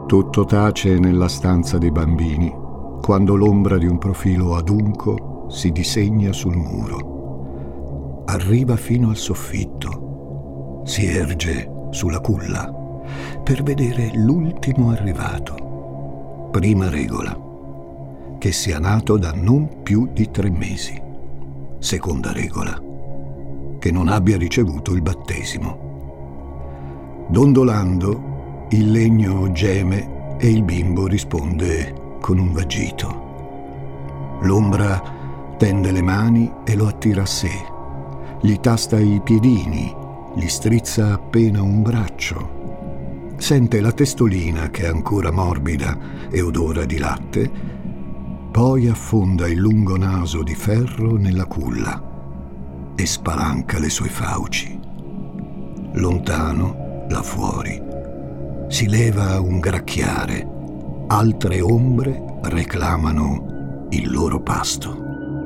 Tutto tace nella stanza dei bambini, quando l'ombra di un profilo adunco si disegna sul muro. Arriva fino al soffitto, si erge sulla culla per vedere l'ultimo arrivato. Prima regola: che sia nato da non più di 3 mesi. Seconda regola: che non abbia ricevuto il battesimo. Dondolando, il legno geme e il bimbo risponde con un vagito. L'ombra tende le mani e lo attira a sé. Gli tasta i piedini, gli strizza appena un braccio. Sente la testolina che è ancora morbida e odora di latte, poi affonda il lungo naso di ferro nella culla e spalanca le sue fauci. Lontano, là fuori, si leva un gracchiare. Altre ombre reclamano il loro pasto.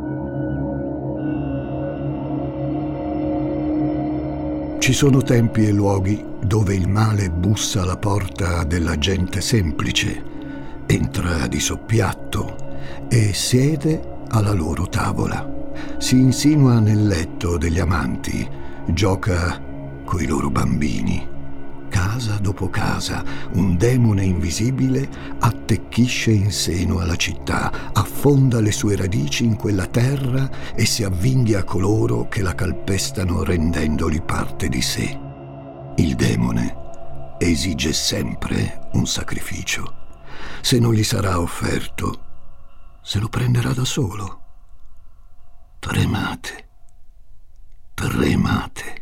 Ci sono tempi e luoghi dove il male bussa alla porta della gente semplice, entra di soppiatto e siede alla loro tavola. Si insinua nel letto degli amanti, gioca coi loro bambini. Casa dopo casa, un demone invisibile attecchisce in seno alla città, affonda le sue radici in quella terra e si avvinghia a coloro che la calpestano rendendoli parte di sé. Il demone esige sempre un sacrificio. Se non gli sarà offerto, se lo prenderà da solo. Tremate, tremate.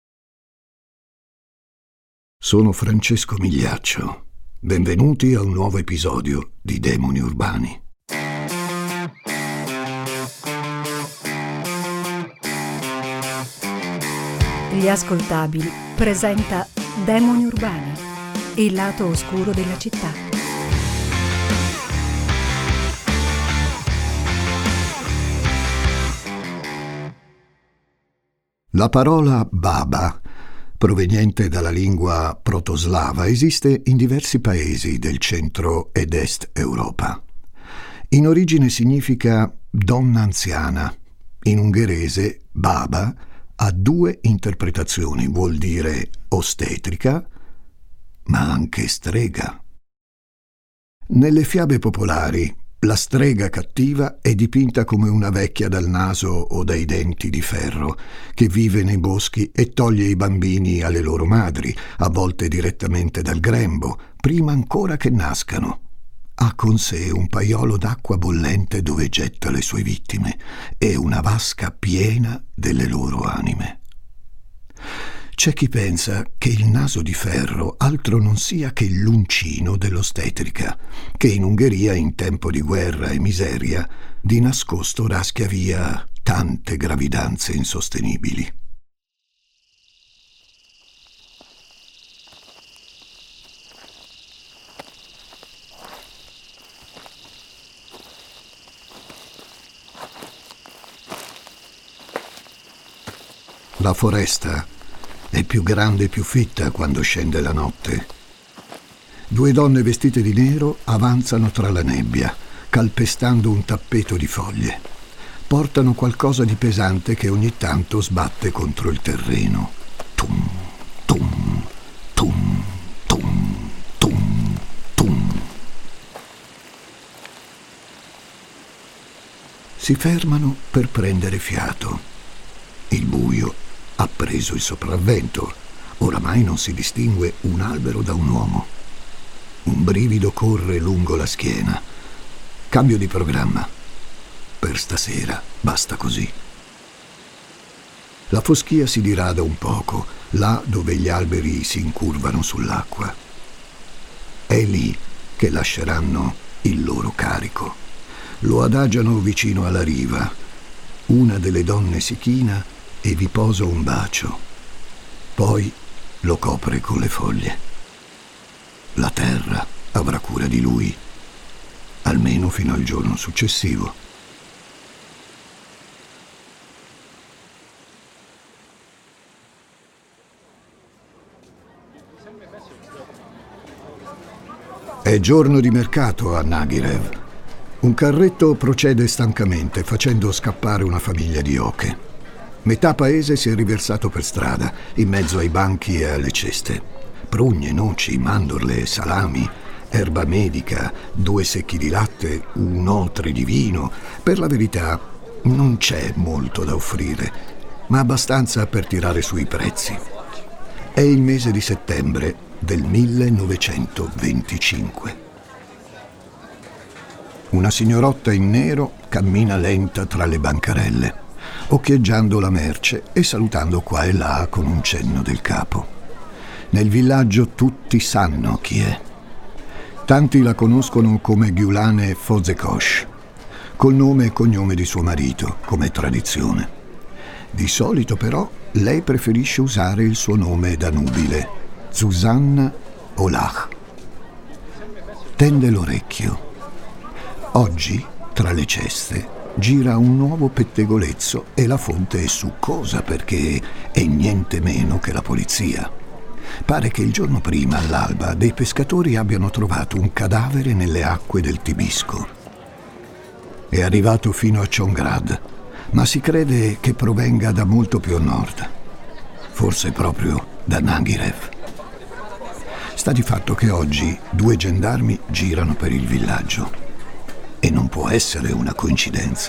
Sono Francesco Migliaccio. Benvenuti a un nuovo episodio di Demoni Urbani. Gli Ascoltabili presenta Demoni Urbani, il lato oscuro della città. La parola baba, proveniente dalla lingua protoslava, esiste in diversi paesi del centro ed est Europa. In origine significa donna anziana. In ungherese baba ha 2 interpretazioni: vuol dire ostetrica, ma anche strega. Nelle fiabe popolari, la strega cattiva è dipinta come una vecchia dal naso o dai denti di ferro, che vive nei boschi e toglie i bambini alle loro madri, a volte direttamente dal grembo, prima ancora che nascano. Ha con sé un paiolo d'acqua bollente dove getta le sue vittime e una vasca piena delle loro anime. C'è chi pensa che il naso di ferro altro non sia che l'uncino dell'ostetrica, che in Ungheria, in tempo di guerra e miseria, di nascosto raschia via tante gravidanze insostenibili. La foresta è più grande e più fitta quando scende la notte. 2 donne vestite di nero avanzano tra la nebbia, calpestando un tappeto di foglie. Portano qualcosa di pesante che ogni tanto sbatte contro il terreno. Tum, tum, tum, tum, tum, tum. Si fermano per prendere fiato. Il buio ha preso il sopravvento. Oramai non si distingue un albero da un uomo. Un brivido corre lungo la schiena. Cambio di programma. Per stasera basta così. La foschia si dirada un poco, là dove gli alberi si incurvano sull'acqua. È lì che lasceranno il loro carico. Lo adagiano vicino alla riva. Una delle donne si china e vi posa un bacio. Poi lo copre con le foglie. La terra avrà cura di lui, almeno fino al giorno successivo. È giorno di mercato a Nagirev. Un carretto procede stancamente, facendo scappare una famiglia di oche. Metà paese si è riversato per strada, in mezzo ai banchi e alle ceste. Prugne, noci, mandorle, salami, erba medica, 2 secchi di latte, un otre di vino. Per la verità, non c'è molto da offrire, ma abbastanza per tirare sui prezzi. È il mese di settembre del 1925. Una signorotta in nero cammina lenta tra le bancarelle, occhieggiando la merce e salutando qua e là con un cenno del capo. Nel villaggio tutti sanno chi è. Tanti la conoscono come Gyulane Fozekosh, col nome e cognome di suo marito, come tradizione. Di solito però lei preferisce usare il suo nome da nubile, Zsuzsanna Olach. Tende l'orecchio. Oggi, tra le ceste, gira un nuovo pettegolezzo e la fonte è succosa perché è niente meno che la polizia. Pare che il giorno prima, all'alba, dei pescatori abbiano trovato un cadavere nelle acque del Tibisco. È arrivato fino a Chongrad, ma si crede che provenga da molto più a nord, forse proprio da Nagirev. Sta di fatto che oggi 2 gendarmi girano per il villaggio e non può essere una coincidenza.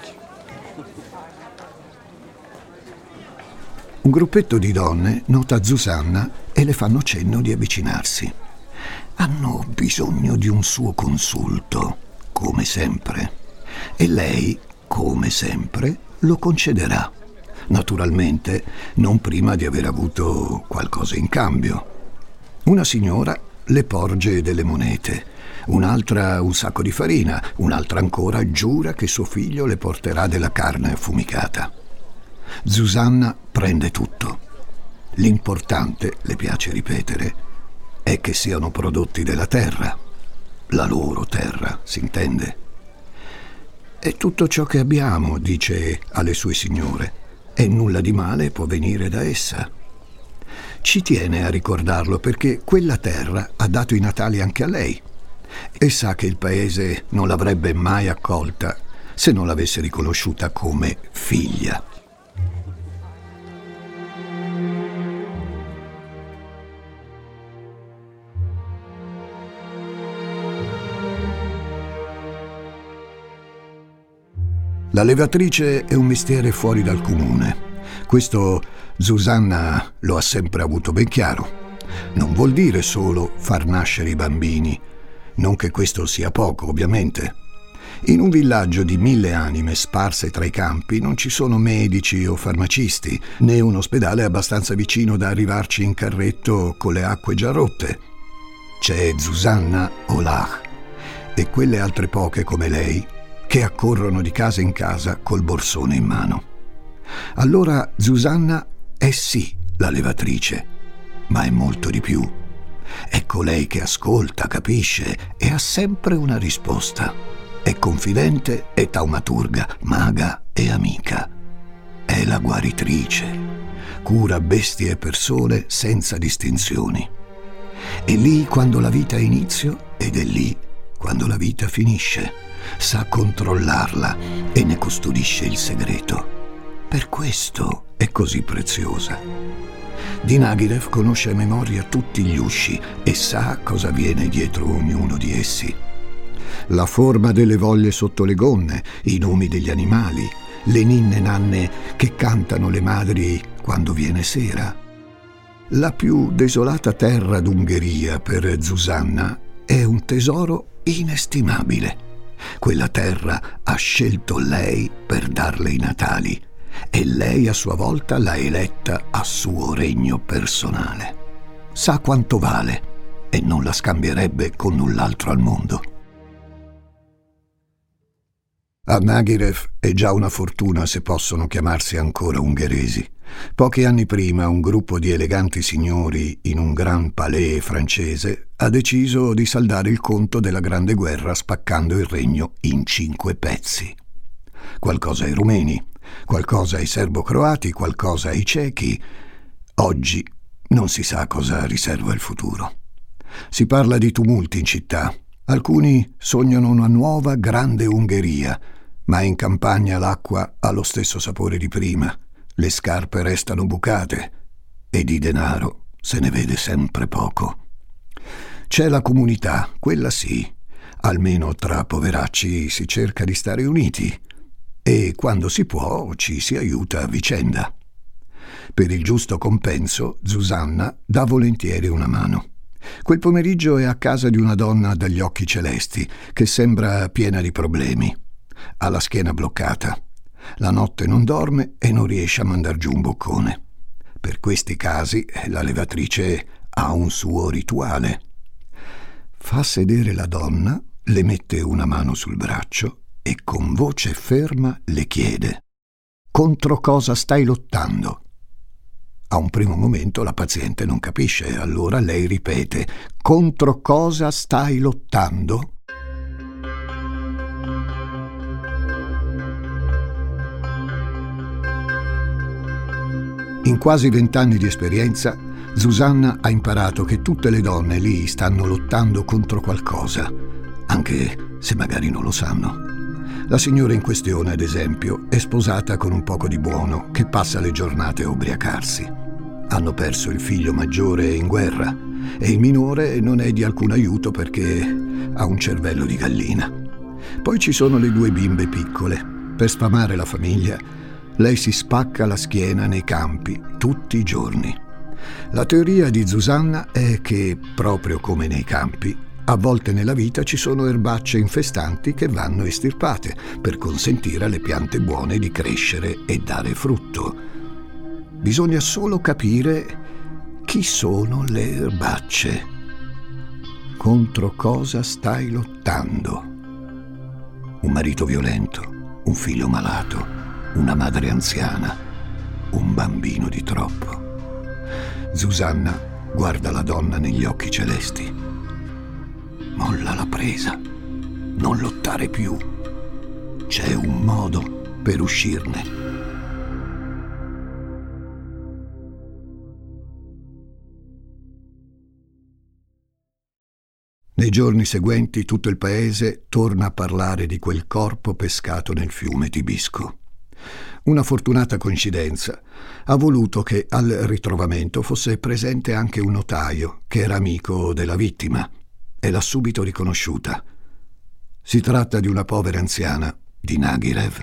Un gruppetto di donne nota Zsuzsanna e le fanno cenno di avvicinarsi. Hanno bisogno di un suo consulto, come sempre, e lei, come sempre, lo concederà. Naturalmente, non prima di aver avuto qualcosa in cambio. Una signora le porge delle monete, un'altra un sacco di farina, un'altra ancora giura che suo figlio le porterà della carne affumicata. Zsuzsanna prende tutto. L'importante, le piace ripetere, è che siano prodotti della terra, la loro terra, si intende. È tutto ciò che abbiamo, dice alle sue signore, e nulla di male può venire da essa. Ci tiene a ricordarlo perché quella terra ha dato i natali anche a lei e sa che il paese non l'avrebbe mai accolta se non l'avesse riconosciuta come figlia. La levatrice è un mestiere fuori dal comune. Questo Zsuzsanna lo ha sempre avuto ben chiaro. Non vuol dire solo far nascere i bambini, non che questo sia poco, ovviamente. In un villaggio di 1000 anime sparse tra i campi non ci sono medici o farmacisti, né un ospedale abbastanza vicino da arrivarci in carretto con le acque già rotte. C'è Zsuzsanna Olach e quelle altre poche come lei che accorrono di casa in casa col borsone in mano. Allora Zsuzsanna è sì la levatrice, ma è molto di più. È colei che ascolta, capisce e ha sempre una risposta. È confidente e taumaturga, maga e amica. È la guaritrice. Cura bestie e persone senza distinzioni. È lì quando la vita ha inizio ed è lì quando la vita finisce. Sa controllarla e ne custodisce il segreto. Per questo è così preziosa. Di Nagirev conosce a memoria tutti gli usci e sa cosa viene dietro ognuno di essi. La forma delle voglie sotto le gonne, i nomi degli animali, le ninne nanne che cantano le madri quando viene sera. La più desolata terra d'Ungheria per Zsuzsanna è un tesoro inestimabile. Quella terra ha scelto lei per darle i natali e lei a sua volta l'ha eletta a suo regno personale. Sa quanto vale e non la scambierebbe con null'altro al mondo. A Nagirev è già una fortuna se possono chiamarsi ancora ungheresi. Pochi anni prima un gruppo di eleganti signori in un gran palais francese ha deciso di saldare il conto della Grande Guerra spaccando il regno in 5 pezzi. Qualcosa ai rumeni, qualcosa ai serbo-croati, qualcosa ai cechi. Oggi non si sa cosa riserva il futuro. Si parla di tumulti in città. Alcuni sognano una nuova grande Ungheria, ma in campagna l'acqua ha lo stesso sapore di prima, le scarpe restano bucate e di denaro se ne vede sempre poco. C'è la comunità, quella sì, almeno tra poveracci si cerca di stare uniti e quando si può ci si aiuta a vicenda. Per il giusto compenso, Zuzanna dà volentieri una mano. Quel pomeriggio è a casa di una donna dagli occhi celesti che sembra piena di problemi. Ha la schiena bloccata. La notte non dorme e non riesce a mandar giù un boccone. Per questi casi la levatrice ha un suo rituale. Fa sedere la donna, le mette una mano sul braccio e con voce ferma le chiede: «Contro cosa stai lottando?» A un primo momento la paziente non capisce, allora lei ripete: «Contro cosa stai lottando?» In quasi 20 anni di esperienza, Zuzanna ha imparato che tutte le donne lì stanno lottando contro qualcosa, anche se magari non lo sanno. La signora in questione, ad esempio, è sposata con un poco di buono che passa le giornate a ubriacarsi. Hanno perso il figlio maggiore in guerra e il minore non è di alcun aiuto perché ha un cervello di gallina. Poi ci sono le 2 bimbe piccole. Per sfamare la famiglia, lei si spacca la schiena nei campi tutti i giorni. La teoria di Zuzanna è che, proprio come nei campi, a volte nella vita ci sono erbacce infestanti che vanno estirpate per consentire alle piante buone di crescere e dare frutto. Bisogna solo capire chi sono le erbacce. Contro cosa stai lottando? Un marito violento, un figlio malato, una madre anziana, un bambino di troppo. Zuzanna guarda la donna negli occhi celesti. Molla la presa, non lottare più. C'è un modo per uscirne. Nei giorni seguenti tutto il paese torna a parlare di quel corpo pescato nel fiume Tibisco. Una fortunata coincidenza ha voluto che al ritrovamento fosse presente anche un notaio che era amico della vittima e l'ha subito riconosciuta. Si tratta di una povera anziana di Nagirev.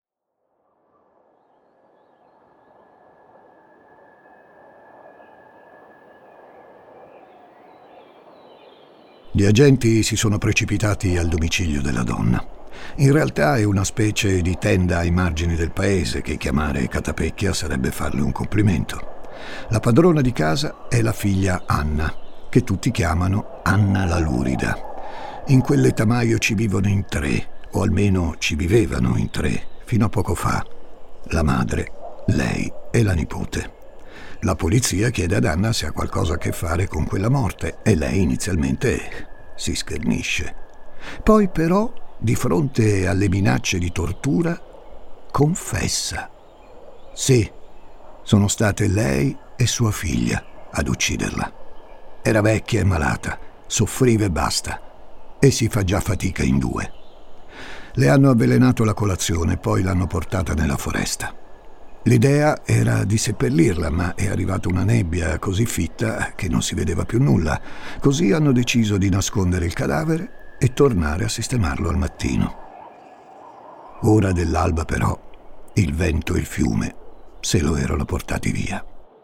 Gli agenti si sono precipitati al domicilio della donna. In realtà è una specie di tenda ai margini del paese che chiamare catapecchia sarebbe farle un complimento. La padrona di casa è la figlia Anna, che tutti chiamano Anna la Lurida. In quell'etamaio ci vivono in 3, o almeno ci vivevano in 3, fino a poco fa. La madre, lei e la nipote. La polizia chiede ad Anna se ha qualcosa a che fare con quella morte e lei inizialmente si schernisce. Poi però, di fronte alle minacce di tortura, confessa. Sì, sono state lei e sua figlia ad ucciderla. Era vecchia e malata, soffriva e basta, e si fa già fatica in 2. Le hanno avvelenato la colazione, poi l'hanno portata nella foresta. L'idea era di seppellirla, ma è arrivata una nebbia così fitta che non si vedeva più nulla. Così hanno deciso di nascondere il cadavere e tornare a sistemarlo al mattino. Ora dell'alba, però, il vento e il fiume se lo erano portati via.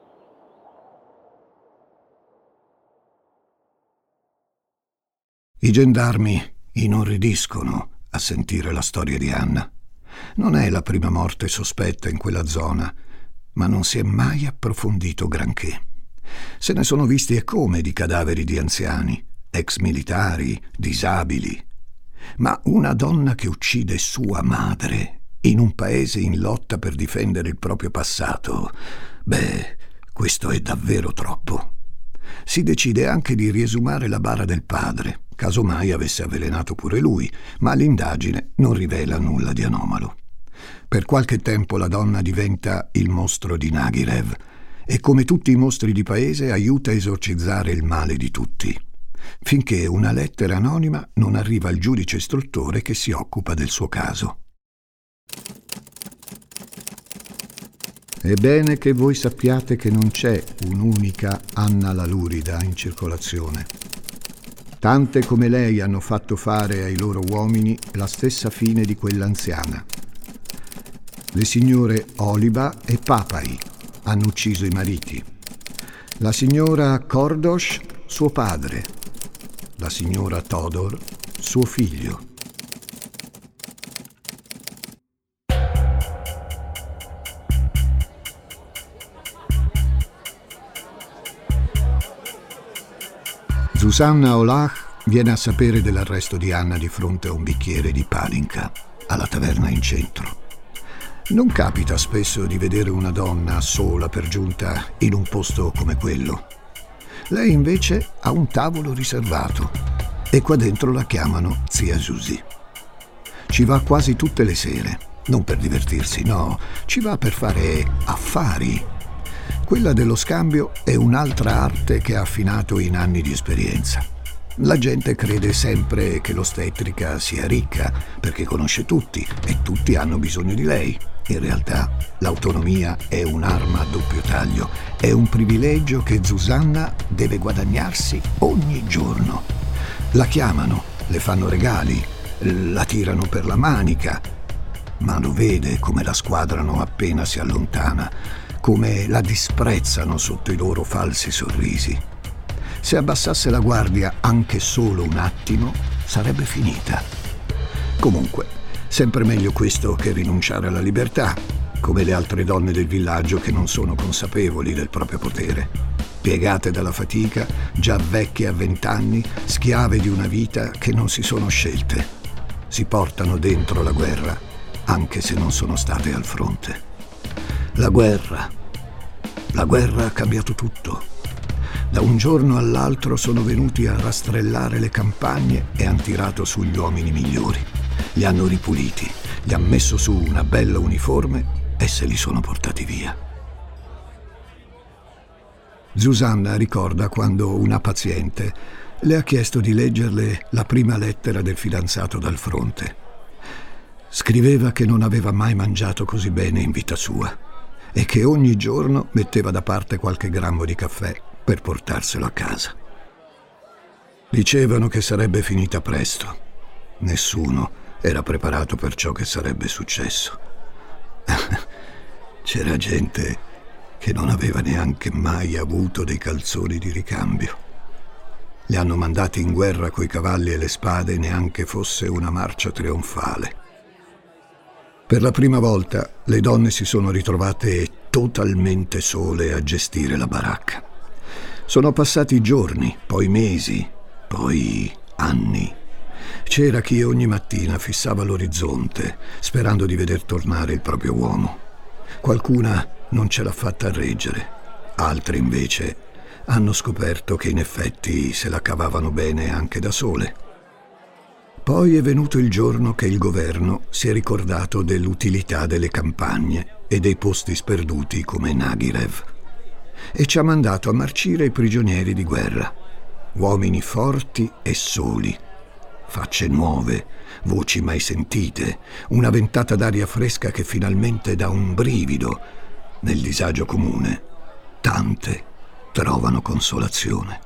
I gendarmi inorridiscono a sentire la storia di Anna. Non è la prima morte sospetta in quella zona, ma non si è mai approfondito granché. Se ne sono visti e come di cadaveri di anziani, ex militari, disabili. Ma una donna che uccide sua madre in un paese in lotta per difendere il proprio passato, questo è davvero troppo. Si decide anche di riesumare la bara del padre, caso mai avesse avvelenato pure lui, ma l'indagine non rivela nulla di anomalo. Per qualche tempo la donna diventa il mostro di Nagirev e come tutti i mostri di paese aiuta a esorcizzare il male di tutti. finché una lettera anonima non arriva al giudice istruttore che si occupa del suo caso. È bene che voi sappiate che non c'è un'unica Anna la Lurida in circolazione. Tante come lei hanno fatto fare ai loro uomini la stessa fine di quella anziana. Le signore Oliba e Papai hanno ucciso i mariti. La signora Kordos, suo padre. La signora Todor, suo figlio. Zuzanna Olach viene a sapere dell'arresto di Anna di fronte a un bicchiere di palinka alla taverna in centro. Non capita spesso di vedere una donna sola per giunta in un posto come quello. Lei invece ha un tavolo riservato e qua dentro la chiamano zia Susi. Ci va quasi tutte le sere, non per divertirsi, no, ci va per fare affari. Quella dello scambio è un'altra arte che ha affinato in anni di esperienza. La gente crede sempre che l'ostetrica sia ricca perché conosce tutti e tutti hanno bisogno di lei. In realtà l'autonomia è un'arma a doppio taglio, è un privilegio che Zuzanna deve guadagnarsi ogni giorno. La chiamano, le fanno regali, la tirano per la manica, ma lo vede come la squadrano appena si allontana, come la disprezzano sotto i loro falsi sorrisi. Se abbassasse la guardia anche solo un attimo, sarebbe finita. Comunque, sempre meglio questo che rinunciare alla libertà, come le altre donne del villaggio che non sono consapevoli del proprio potere. Piegate dalla fatica, già vecchie a 20 anni, schiave di una vita che non si sono scelte. Si portano dentro la guerra, anche se non sono state al fronte. La guerra ha cambiato tutto. Da un giorno all'altro sono venuti a rastrellare le campagne e han tirato sugli uomini migliori. Li hanno ripuliti, gli han messo su una bella uniforme e se li sono portati via. Zuzanna ricorda quando una paziente le ha chiesto di leggerle la prima lettera del fidanzato dal fronte. Scriveva che non aveva mai mangiato così bene in vita sua e che ogni giorno metteva da parte qualche grammo di caffè per portarselo a casa. Dicevano che sarebbe finita presto. Nessuno era preparato per ciò che sarebbe successo. C'era gente che non aveva neanche mai avuto dei calzoni di ricambio. Li hanno mandati in guerra coi cavalli e le spade, neanche fosse una marcia trionfale. Per la prima volta le donne si sono ritrovate totalmente sole a gestire la baracca. Sono passati giorni, poi mesi, poi anni. C'era chi ogni mattina fissava l'orizzonte, sperando di veder tornare il proprio uomo. Qualcuna non ce l'ha fatta a reggere, altre invece hanno scoperto che in effetti se la cavavano bene anche da sole. Poi è venuto il giorno che il governo si è ricordato dell'utilità delle campagne e dei posti sperduti come Nagirev e ci ha mandato a marcire i prigionieri di guerra, uomini forti e soli, facce nuove, voci mai sentite, una ventata d'aria fresca che finalmente dà un brivido. Nel disagio comune, tante trovano consolazione.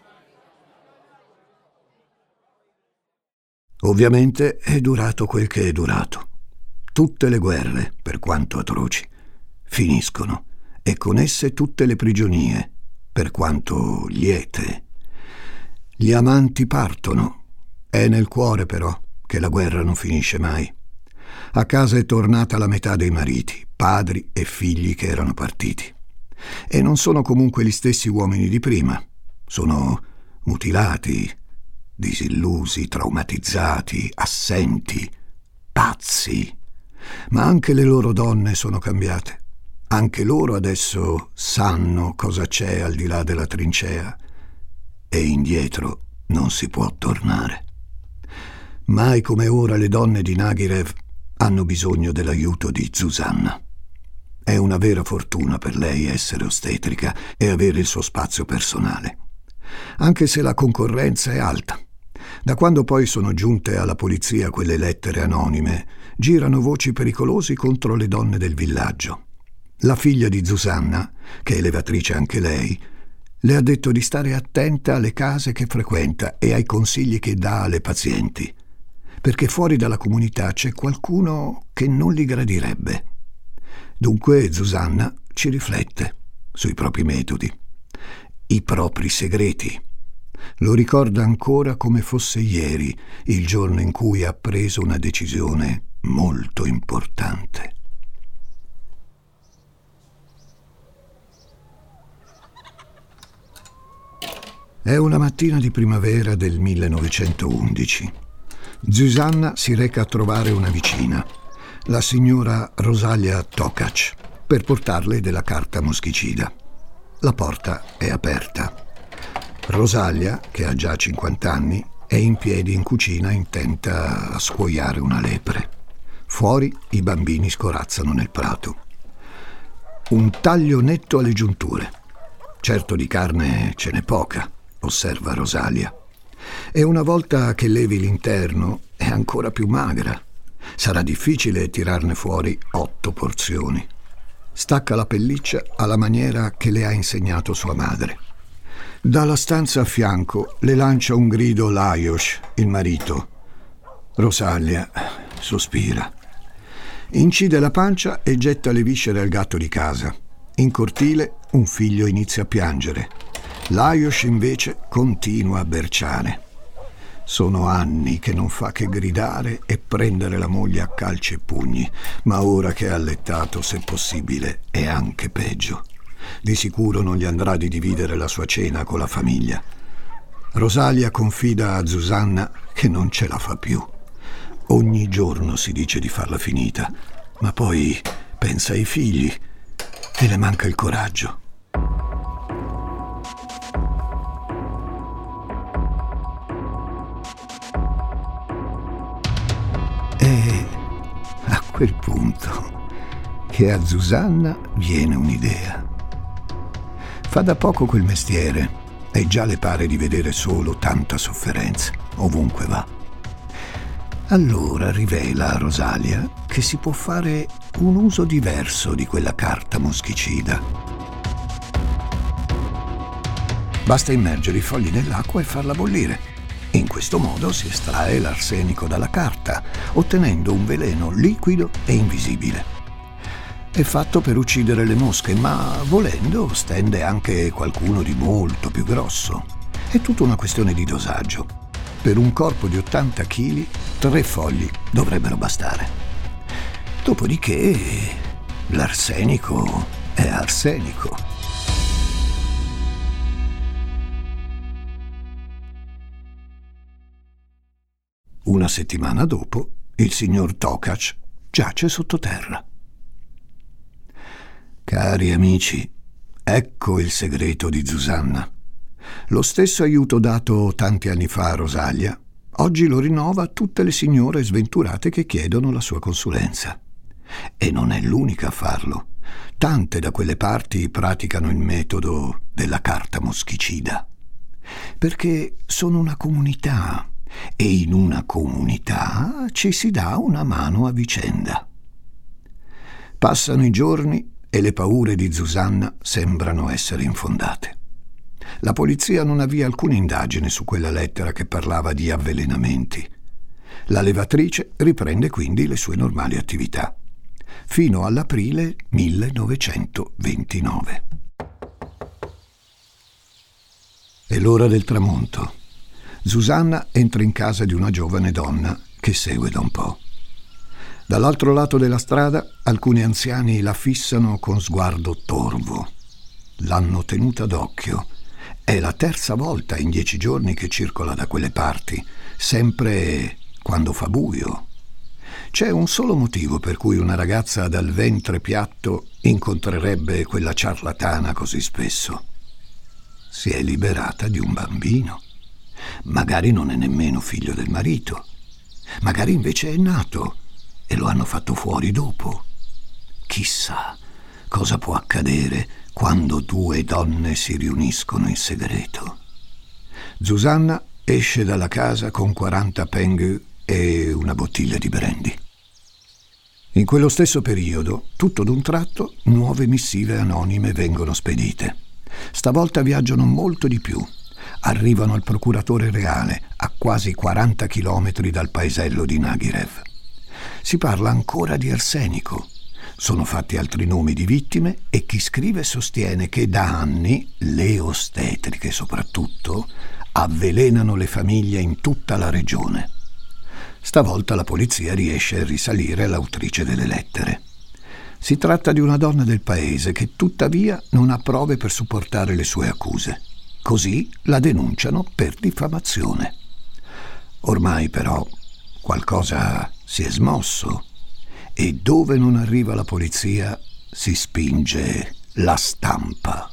Ovviamente è durato quel che è durato. Tutte le guerre, per quanto atroci, finiscono e con esse tutte le prigionie, per quanto liete. Gli amanti partono. È nel cuore però che la guerra non finisce mai. A casa è tornata la metà dei mariti, padri e figli che erano partiti. E non sono comunque gli stessi uomini di prima. Sono mutilati, disillusi, traumatizzati, assenti, pazzi. Ma anche le loro donne sono cambiate. Anche loro adesso sanno cosa c'è al di là della trincea e indietro non si può tornare. Mai come ora le donne di Nagirev hanno bisogno dell'aiuto di Zuzanna. È una vera fortuna per lei essere ostetrica e avere il suo spazio personale. anche se la concorrenza è alta. Da quando poi sono giunte alla polizia quelle lettere anonime, girano voci pericolosi contro le donne del villaggio. La figlia di Susanna, che è levatrice anche lei, le ha detto di stare attenta alle case che frequenta e ai consigli che dà alle pazienti, perché fuori dalla comunità c'è qualcuno che non li gradirebbe. Dunque Susanna ci riflette sui propri metodi, i propri segreti. Lo ricorda ancora come fosse ieri, il giorno in cui ha preso una decisione molto importante. È una mattina di primavera del 1911. Susanna si reca a trovare una vicina, la signora Rosalia Tokac, per portarle della carta moschicida. La porta è aperta. Rosalia, che ha già 50 anni, è in piedi in cucina intenta a scuoiare una lepre. Fuori i bambini scorazzano nel prato. Un taglio netto alle giunture. Certo di carne ce n'è poca, osserva Rosalia. E una volta che levi l'interno è ancora più magra. Sarà difficile tirarne fuori 8 porzioni. Stacca la pelliccia alla maniera che le ha insegnato sua madre. Dalla stanza a fianco le lancia un grido Lajos, il marito. Rosalia sospira. Incide la pancia e getta le viscere al gatto di casa. In cortile un figlio inizia a piangere. Lajos invece continua a berciare. Sono anni che non fa che gridare e prendere la moglie a calci e pugni, ma ora che è allettato, se possibile, è anche peggio. Di sicuro non gli andrà di dividere la sua cena con la famiglia. Rosalia confida a Susanna che non ce la fa più. Ogni giorno si dice di farla finita, ma poi pensa ai figli e le manca il coraggio. E a quel punto che a Susanna viene un'idea. Fa da poco quel mestiere e già le pare di vedere solo tanta sofferenza ovunque va. Allora rivela a Rosalia che si può fare un uso diverso di quella carta moschicida. Basta immergere i fogli nell'acqua e farla bollire. In questo modo si estrae l'arsenico dalla carta, ottenendo un veleno liquido e invisibile. È fatto per uccidere le mosche, ma volendo stende anche qualcuno di molto più grosso. È tutta una questione di dosaggio. Per un corpo di 80 kg, 3 fogli dovrebbero bastare. Dopodiché, l'arsenico è arsenico. Una settimana dopo, il signor Tokac giace sottoterra. Cari amici, ecco il segreto di Susanna. Lo stesso aiuto dato tanti anni fa a Rosalia, oggi lo rinnova a tutte le signore sventurate che chiedono la sua consulenza. E non è l'unica a farlo. Tante da quelle parti praticano il metodo della carta moschicida. Perché sono una comunità e in una comunità ci si dà una mano a vicenda. Passano i giorni e le paure di Susanna sembrano essere infondate. La polizia non avvia alcuna indagine su quella lettera che parlava di avvelenamenti. La levatrice riprende quindi le sue normali attività, fino all'aprile 1929. È l'ora del tramonto. Susanna entra in casa di una giovane donna che segue da un po'. Dall'altro lato della strada alcuni anziani la fissano con sguardo torvo. L'hanno tenuta d'occhio. È la terza volta in 10 giorni che circola da quelle parti, sempre quando fa buio. C'è un solo motivo per cui una ragazza dal ventre piatto incontrerebbe quella ciarlatana così spesso. Si è liberata di un bambino. Magari non è nemmeno figlio del marito. Magari invece è nato e lo hanno fatto fuori dopo. Chissà cosa può accadere quando 2 donne si riuniscono in segreto. Susanna esce dalla casa con 40 pengù e una bottiglia di brandy. In quello stesso periodo, tutto d'un tratto, nuove missive anonime vengono spedite. Stavolta viaggiano molto di più. Arrivano al procuratore reale, a quasi 40 chilometri dal paesello di Nagirev. Si parla ancora di arsenico. Sono fatti altri nomi di vittime e chi scrive sostiene che da anni le ostetriche soprattutto avvelenano le famiglie in tutta la regione. Stavolta la polizia riesce a risalire all'autrice delle lettere. Si tratta di una donna del paese che tuttavia non ha prove per supportare le sue accuse. Così la denunciano per diffamazione. Ormai però qualcosa si è smosso e dove non arriva la polizia si spinge la stampa.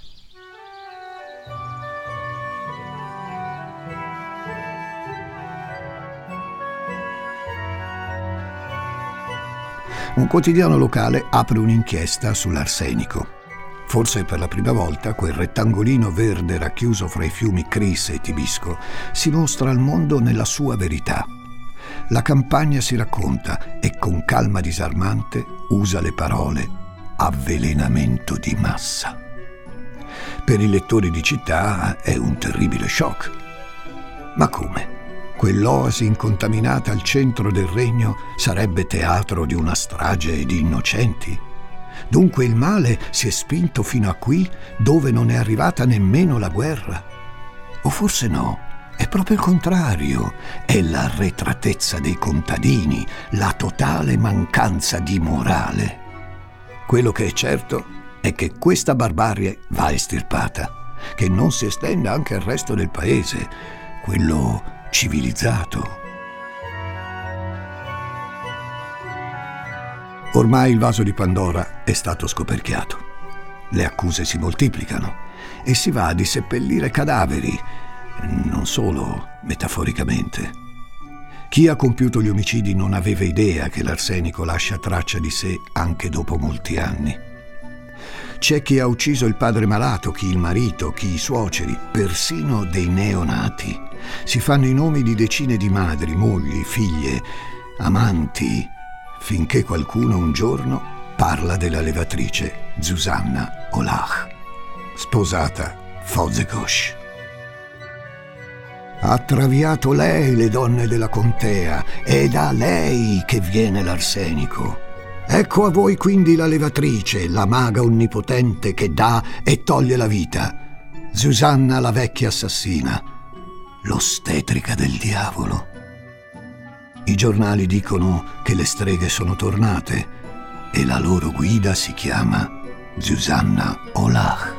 Un quotidiano locale apre un'inchiesta sull'arsenico. Forse per la prima volta quel rettangolino verde racchiuso fra i fiumi Cris e Tibisco si mostra al mondo nella sua verità. La campagna si racconta e con calma disarmante usa le parole avvelenamento di massa. Per i lettori di città è un terribile shock. Ma come? Quell'oasi incontaminata al centro del regno sarebbe teatro di una strage di innocenti? Dunque il male si è spinto fino a qui, dove non è arrivata nemmeno la guerra? O forse no, è proprio il contrario, è l'arretratezza dei contadini, la totale mancanza di morale. Quello che è certo è che questa barbarie va estirpata, che non si estenda anche al resto del paese, quello civilizzato. Ormai il vaso di Pandora è stato scoperchiato. Le accuse si moltiplicano e si va a disseppellire cadaveri, non solo metaforicamente. Chi ha compiuto gli omicidi non aveva idea che l'arsenico lascia traccia di sé anche dopo molti anni. C'è chi ha ucciso il padre malato, chi il marito, chi i suoceri, persino dei neonati. Si fanno i nomi di decine di madri, mogli, figlie, amanti, finché qualcuno un giorno parla della levatrice Zsuzsanna Olach, sposata Fazekas. Ha traviato lei le donne della contea, è da lei che viene l'arsenico. Ecco a voi quindi la levatrice, la maga onnipotente che dà e toglie la vita. Zsuzsanna la vecchia assassina, l'ostetrica del diavolo. I giornali dicono che le streghe sono tornate e la loro guida si chiama Zsuzsanna Olach.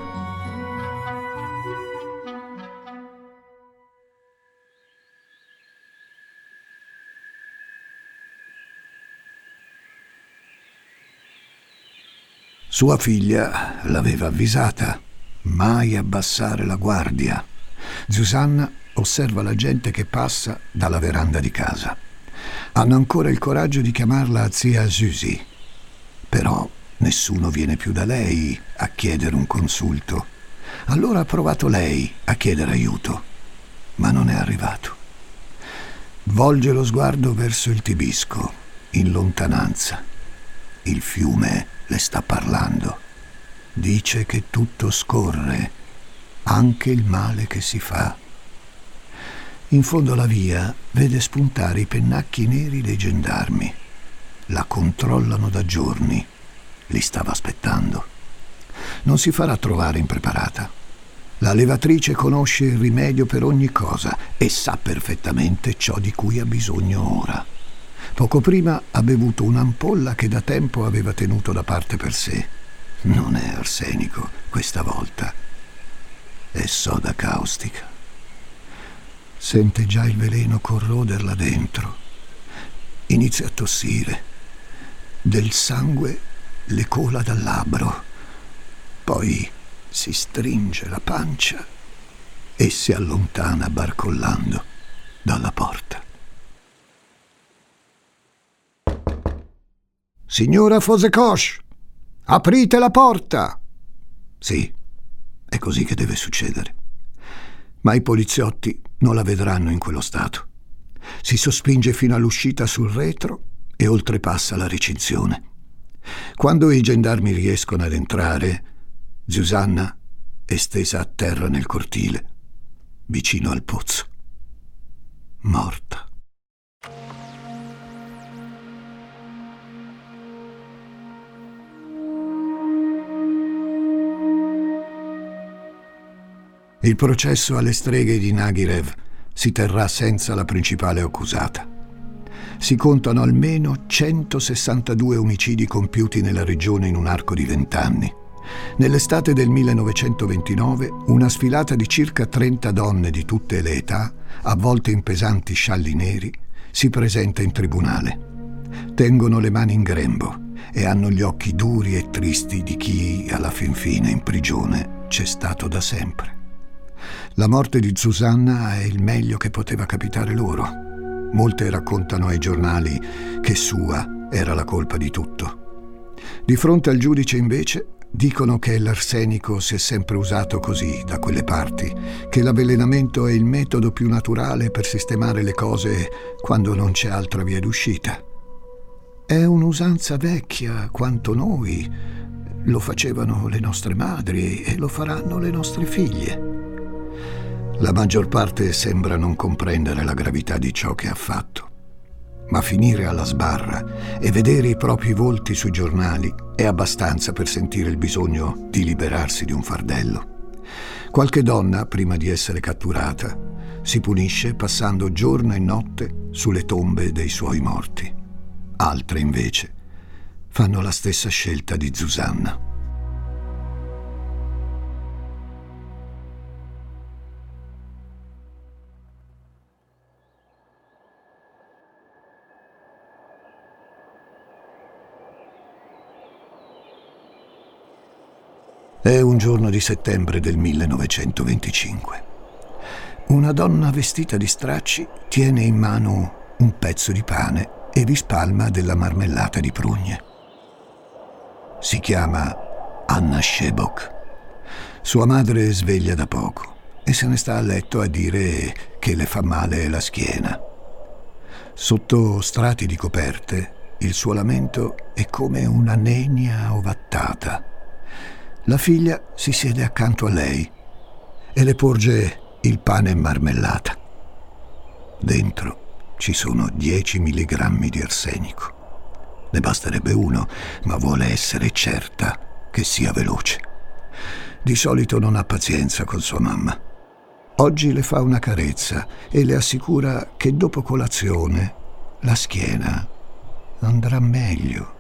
Sua figlia l'aveva avvisata, mai abbassare la guardia. Zsuzsanna osserva la gente che passa dalla veranda di casa. Hanno ancora il coraggio di chiamarla zia Susi. Però nessuno viene più da lei a chiedere un consulto. Allora ha provato lei a chiedere aiuto, ma non è arrivato. Volge lo sguardo verso il Tibisco, in lontananza. Il fiume le sta parlando. Dice che tutto scorre, anche il male che si fa. In fondo alla via vede spuntare i pennacchi neri dei gendarmi. La controllano da giorni. Li stava aspettando. Non si farà trovare impreparata. La levatrice conosce il rimedio per ogni cosa e sa perfettamente ciò di cui ha bisogno ora. Poco prima ha bevuto un'ampolla che da tempo aveva tenuto da parte per sé. Non è arsenico questa volta. È soda caustica. Sente già il veleno corroderla dentro. Inizia a tossire. Del sangue le cola dal labbro. Poi si stringe la pancia e si allontana barcollando dalla porta. Signora Fazekas, aprite la porta! Sì, è così che deve succedere. Ma i poliziotti non la vedranno in quello stato. Si sospinge fino all'uscita sul retro e oltrepassa la recinzione. Quando i gendarmi riescono ad entrare, Susanna è stesa a terra nel cortile, vicino al pozzo, morta. Il processo alle streghe di Nagirev si terrà senza la principale accusata. Si contano almeno 162 omicidi compiuti nella regione in un arco di 20 anni. Nell'estate del 1929 una sfilata di circa 30 donne di tutte le età, avvolte in pesanti scialli neri, si presenta in tribunale. Tengono le mani in grembo e hanno gli occhi duri e tristi di chi, alla fin fine, in prigione c'è stato da sempre. La morte di Susanna è il meglio che poteva capitare loro. Molte raccontano ai giornali che sua era la colpa di tutto. Di fronte al giudice, invece, dicono che l'arsenico si è sempre usato così da quelle parti, che l'avvelenamento è il metodo più naturale per sistemare le cose quando non c'è altra via d'uscita. È un'usanza vecchia quanto noi. Lo facevano le nostre madri e lo faranno le nostre figlie. La maggior parte sembra non comprendere la gravità di ciò che ha fatto. Ma finire alla sbarra e vedere i propri volti sui giornali è abbastanza per sentire il bisogno di liberarsi di un fardello. Qualche donna, prima di essere catturata, si punisce passando giorno e notte sulle tombe dei suoi morti. Altre, invece, fanno la stessa scelta di Susanna. È un giorno di settembre del 1925. Una donna vestita di stracci tiene in mano un pezzo di pane e vi spalma della marmellata di prugne. Si chiama Anna Shebok. Sua madre è sveglia da poco e se ne sta a letto a dire che le fa male la schiena. Sotto strati di coperte, il suo lamento è come una nenia ovattata. La figlia si siede accanto a lei e le porge il pane e marmellata. Dentro ci sono 10 milligrammi di arsenico. Ne basterebbe uno, ma vuole essere certa che sia veloce. Di solito non ha pazienza con sua mamma. Oggi le fa una carezza e le assicura che dopo colazione la schiena andrà meglio.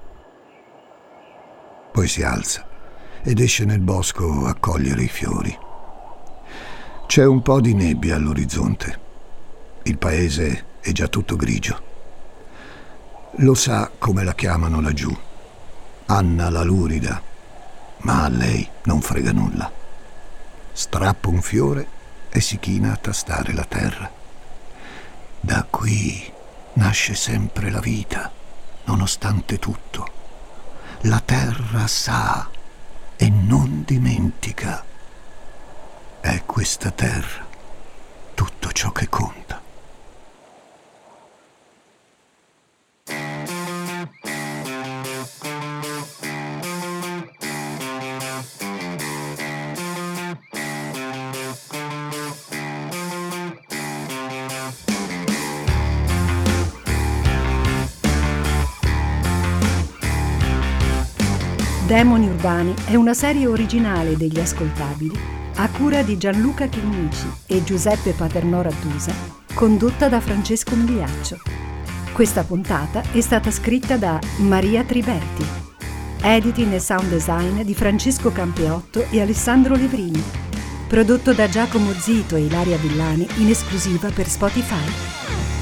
Poi si alza ed esce nel bosco a cogliere i fiori. C'è un po' di nebbia all'orizzonte. Il paese è già tutto grigio. Lo sa come la chiamano laggiù, Anna la Lurida, ma a lei non frega nulla. Strappa un fiore e si china a tastare la terra. Da qui nasce sempre la vita, nonostante tutto. La terra sa e non dimentica. È questa terra tutto ciò che conta. Demoni Urbani è una serie originale degli Ascoltabili a cura di Gianluca Chinnici e Giuseppe Paternò Rattusa, condotta da Francesco Migliaccio. Questa puntata è stata scritta da Maria Triberti. Editing e sound design di Francesco Campeotto e Alessandro Levrini. Prodotto da Giacomo Zito e Ilaria Villani in esclusiva per Spotify.